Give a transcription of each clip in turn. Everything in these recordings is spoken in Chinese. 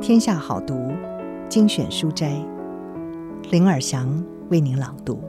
天下好读精选书斋，林尔祥为您朗读。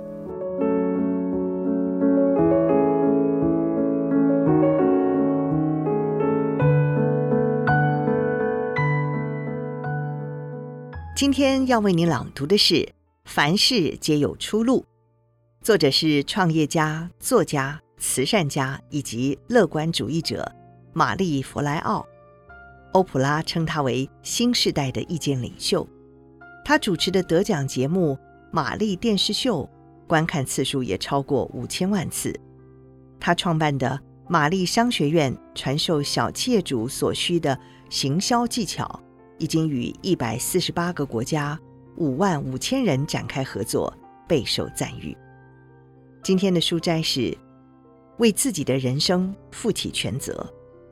今天要为您朗读的是《凡事皆有出路》，作者是创业家、作家、慈善家以及乐观主义者玛丽·弗莱奥。欧普拉称他为新时代的意见领袖。他主持的得奖节目《玛丽电视秀》观看次数也超过5000万次。他创办的玛丽商学院传授小企业主所需的行销技巧，已经与148个国家55000人展开合作，备受赞誉。今天的书斋是为自己的人生负起全责。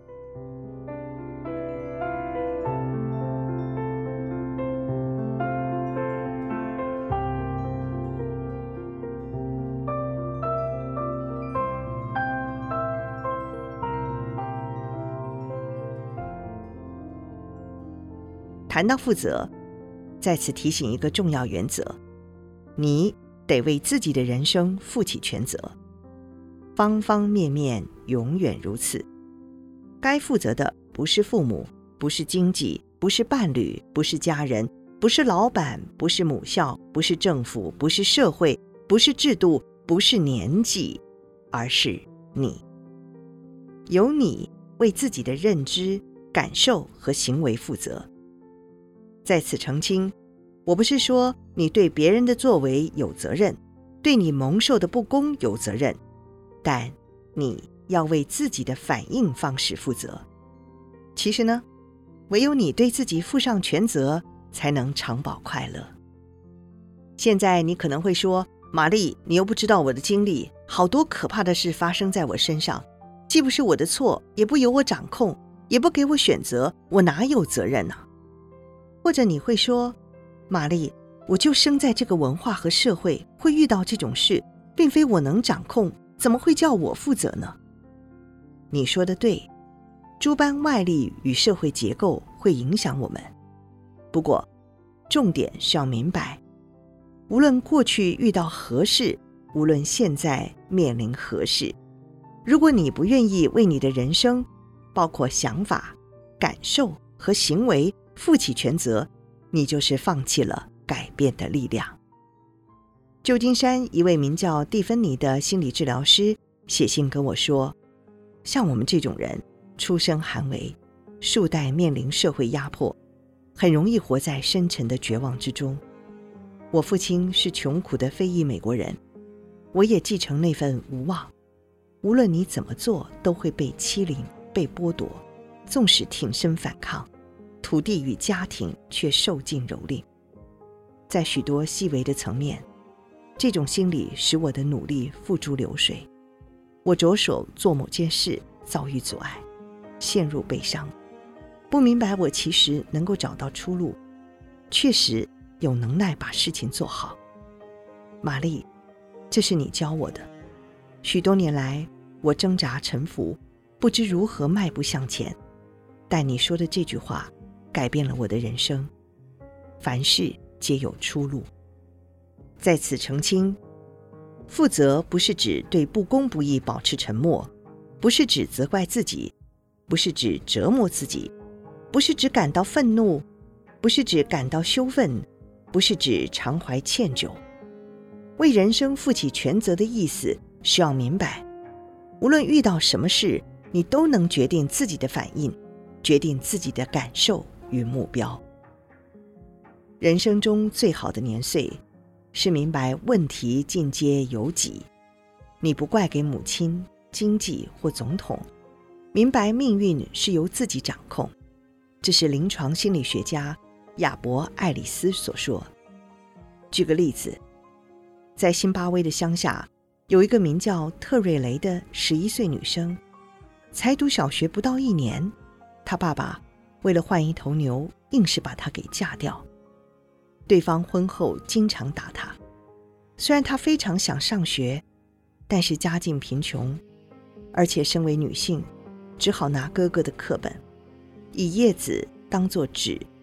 谈到负责，在此提醒一个重要原则：你得为自己的人生负起全责，方方面面永远如此。该负责的不是父母，不是经济，不是伴侣，不是家人，不是老板，不是母校，不是政府，不是社会，不是制度，不是年纪，而是你。由你为自己的认知、感受和行为负责。在此澄清，我不是说你对别人的作为有责任，对你蒙受的不公有责任，但你要为自己的反应方式负责。其实呢，唯有你对自己负上全责，才能长保快乐。现在你可能会说，玛丽，你又不知道我的经历，好多可怕的事发生在我身上，既不是我的错，也不由我掌控，也不给我选择，我哪有责任呢？或者你会说，玛丽，我就生在这个文化和社会，会遇到这种事，并非我能掌控，怎么会叫我负责呢？你说的对，诸般外力与社会结构会影响我们。不过，重点是要明白，无论过去遇到何事，无论现在面临何事，如果你不愿意为你的人生，包括想法、感受和行为负起全责，你就是放弃了改变的力量。旧金山一位名叫蒂芬妮的心理治疗师写信跟我说，像我们这种人，出身寒微，数代面临社会压迫，很容易活在深沉的绝望之中。我父亲是穷苦的非裔美国人，我也继承那份无望，无论你怎么做，都会被欺凌、被剥夺，纵使挺身反抗，土地与家庭却受尽蹂躏。在许多细微的层面，这种心理使我的努力付诸流水。我着手做某件事，遭遇阻碍，陷入悲伤，不明白我其实能够找到出路，确实有能耐把事情做好。玛丽，这是你教我的。许多年来，我挣扎沉浮，不知如何迈步向前，但你说的这句话改变了我的人生。凡事皆有出路。在此澄清，负责不是指对不公不义保持沉默，不是指责怪自己，不是指折磨自己，不是指感到愤怒，不是指感到羞愤，不是指常怀歉疚。为人生负起全责的意思是要明白，无论遇到什么事，你都能决定自己的反应，决定自己的感受与目标。人生中最好的年岁，是明白问题尽皆由己，你不怪给母亲、经济或总统，明白命运是由自己掌控。这是临床心理学家亚伯·爱丽丝所说。举个例子，在辛巴威的乡下，有一个名叫特瑞雷的11岁女生，才读小学不到1年，她爸爸为了换一头牛，硬是把她给嫁掉。对方婚后经常打她，虽然她非常想上学，但是家境贫穷，而且身为女性，只好拿哥哥的课本，以叶子当作纸，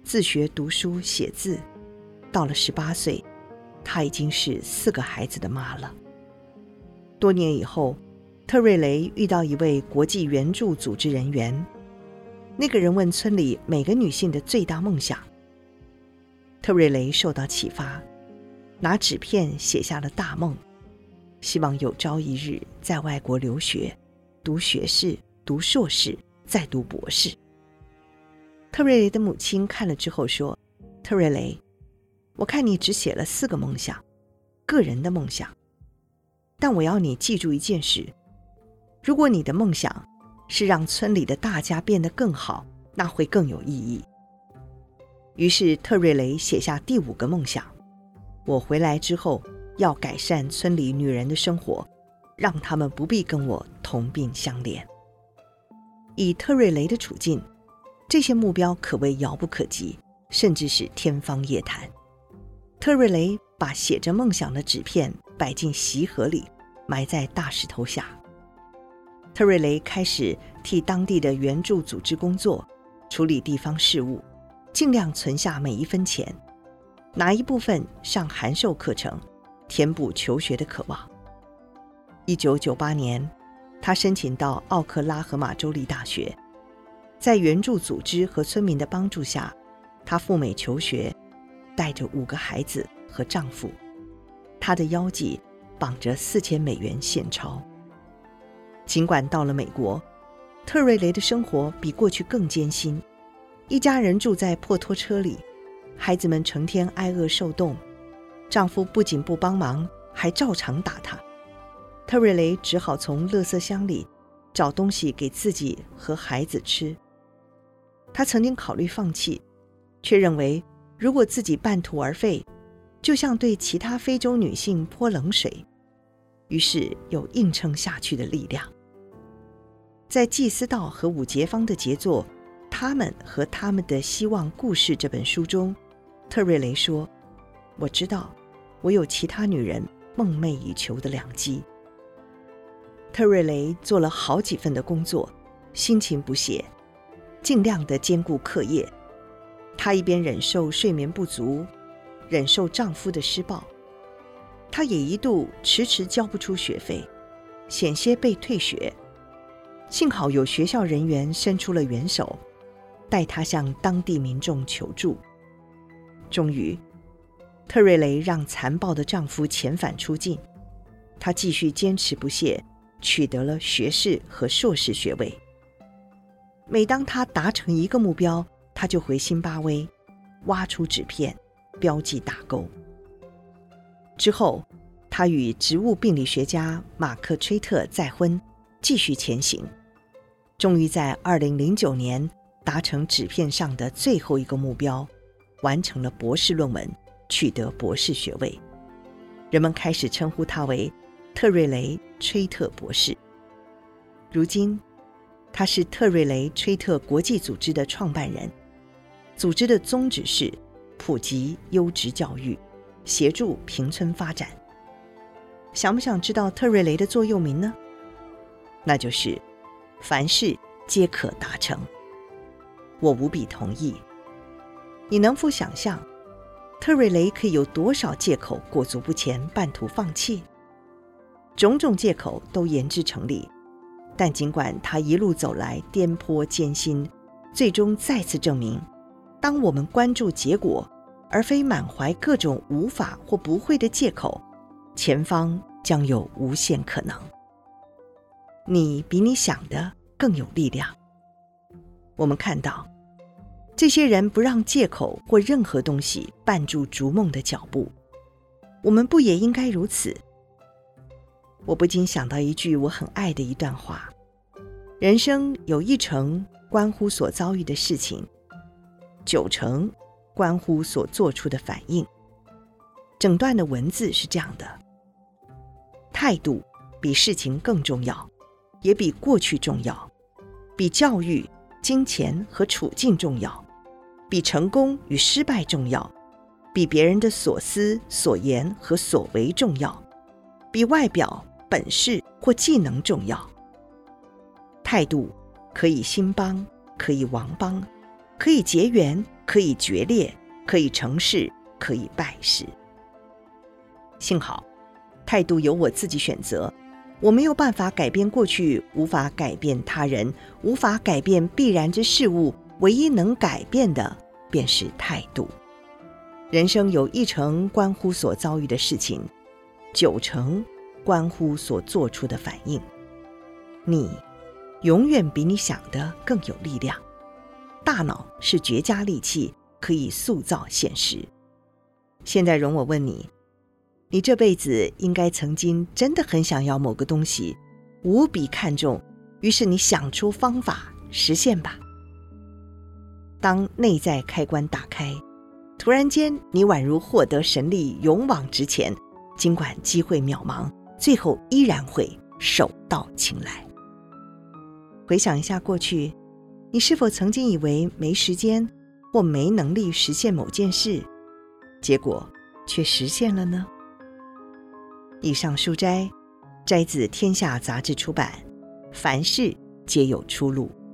自学读书写字，到了18岁，她已经是4个孩子的妈了。多年以后，特瑞雷遇到一位国际援助组织人员，那个人问村里每个女性的最大梦想。特瑞雷受到启发，拿纸片写下了大梦，希望有朝一日在外国留学，读学士，读硕士，再读博士。特瑞雷的母亲看了之后说，特瑞雷，我看你只写了4个梦想，个人的梦想，但我要你记住一件事，如果你的梦想是让村里的大家变得更好，那会更有意义。于是特瑞雷写下第5个梦想，我回来之后要改善村里女人的生活，让她们不必跟我同病相怜。以特瑞雷的处境，这些目标可谓遥不可及，甚至是天方夜谭。特瑞雷把写着梦想的纸片摆进锡盒里，埋在大石头下。特瑞雷开始替当地的援助组织工作，处理地方事务，尽量存下每一分钱，拿一部分上函授课程，填补求学的渴望。1998年，他申请到奥克拉荷马州立大学，在援助组织和村民的帮助下，他赴美求学，带着5个孩子和丈夫，他的腰际绑着$4000现钞。尽管到了美国，特瑞雷的生活比过去更艰辛，一家人住在破拖车里，孩子们成天挨饿受冻，丈夫不仅不帮忙，还照常打她。特瑞雷只好从垃圾箱里找东西给自己和孩子吃。她曾经考虑放弃，却认为如果自己半途而废，就像对其他非洲女性泼冷水，于是有硬撑下去的力量。在祭司道和伍杰芳的杰作《他们和他们的希望故事》这本书中，特瑞雷说，我知道我有其他女人梦寐以求的良机。特瑞雷做了好几份的工作，心情不懈，尽量地兼顾课业。她一边忍受睡眠不足，忍受丈夫的施暴，她也一度迟迟交不出学费，险些被退学。幸好有学校人员伸出了援手，带她向当地民众求助。终于，特瑞雷让残暴的丈夫遣返出境，她继续坚持不懈，取得了学士和硕士学位。每当她达成一个目标，她就回辛巴威，挖出纸片，标记打勾。之后，她与植物病理学家马克·崔特再婚，继续前行，终于在2009年达成纸片上的最后一个目标，完成了博士论文，取得博士学位。人们开始称呼他为特瑞雷·崔特博士。如今，他是特瑞雷·崔特国际组织的创办人，组织的宗旨是普及优质教育，协助贫村发展。想不想知道特瑞雷的座右铭呢？那就是凡事皆可达成。我无比同意。你能否想象特瑞雷可以有多少借口裹足不前，半途放弃？种种借口都言之成立，但尽管他一路走来颠簸艰辛，最终再次证明，当我们关注结果，而非满怀各种无法或不会的借口，前方将有无限可能。你比你想的更有力量。我们看到，这些人不让借口或任何东西绊住逐梦的脚步，我们不也应该如此？我不禁想到一句我很爱的一段话：人生有1成关乎所遭遇的事情，9成关乎所做出的反应。整段的文字是这样的：态度比事情更重要，也比过去重要，比教育、金钱和处境重要，比成功与失败重要，比别人的所思所言和所为重要，比外表、本事或技能重要。态度可以兴邦，可以亡邦，可以结缘， 可以决裂，可以成事，可以败事。幸好态度由我自己选择，我没有办法改变过去，无法改变他人，无法改变必然之事物，唯一能改变的便是态度。人生有1成关乎所遭遇的事情，9成关乎所做出的反应。你永远比你想的更有力量，大脑是绝佳利器，可以塑造现实。现在容我问你，你这辈子应该曾经真的很想要某个东西，无比看重，于是你想出方法实现吧。当内在开关打开，突然间你宛如获得神力，勇往直前，尽管机会渺茫，最后依然会手到擒来。回想一下过去，你是否曾经以为没时间或没能力实现某件事，结果却实现了呢？以上书摘自《天下杂志》出版，凡事皆有出路。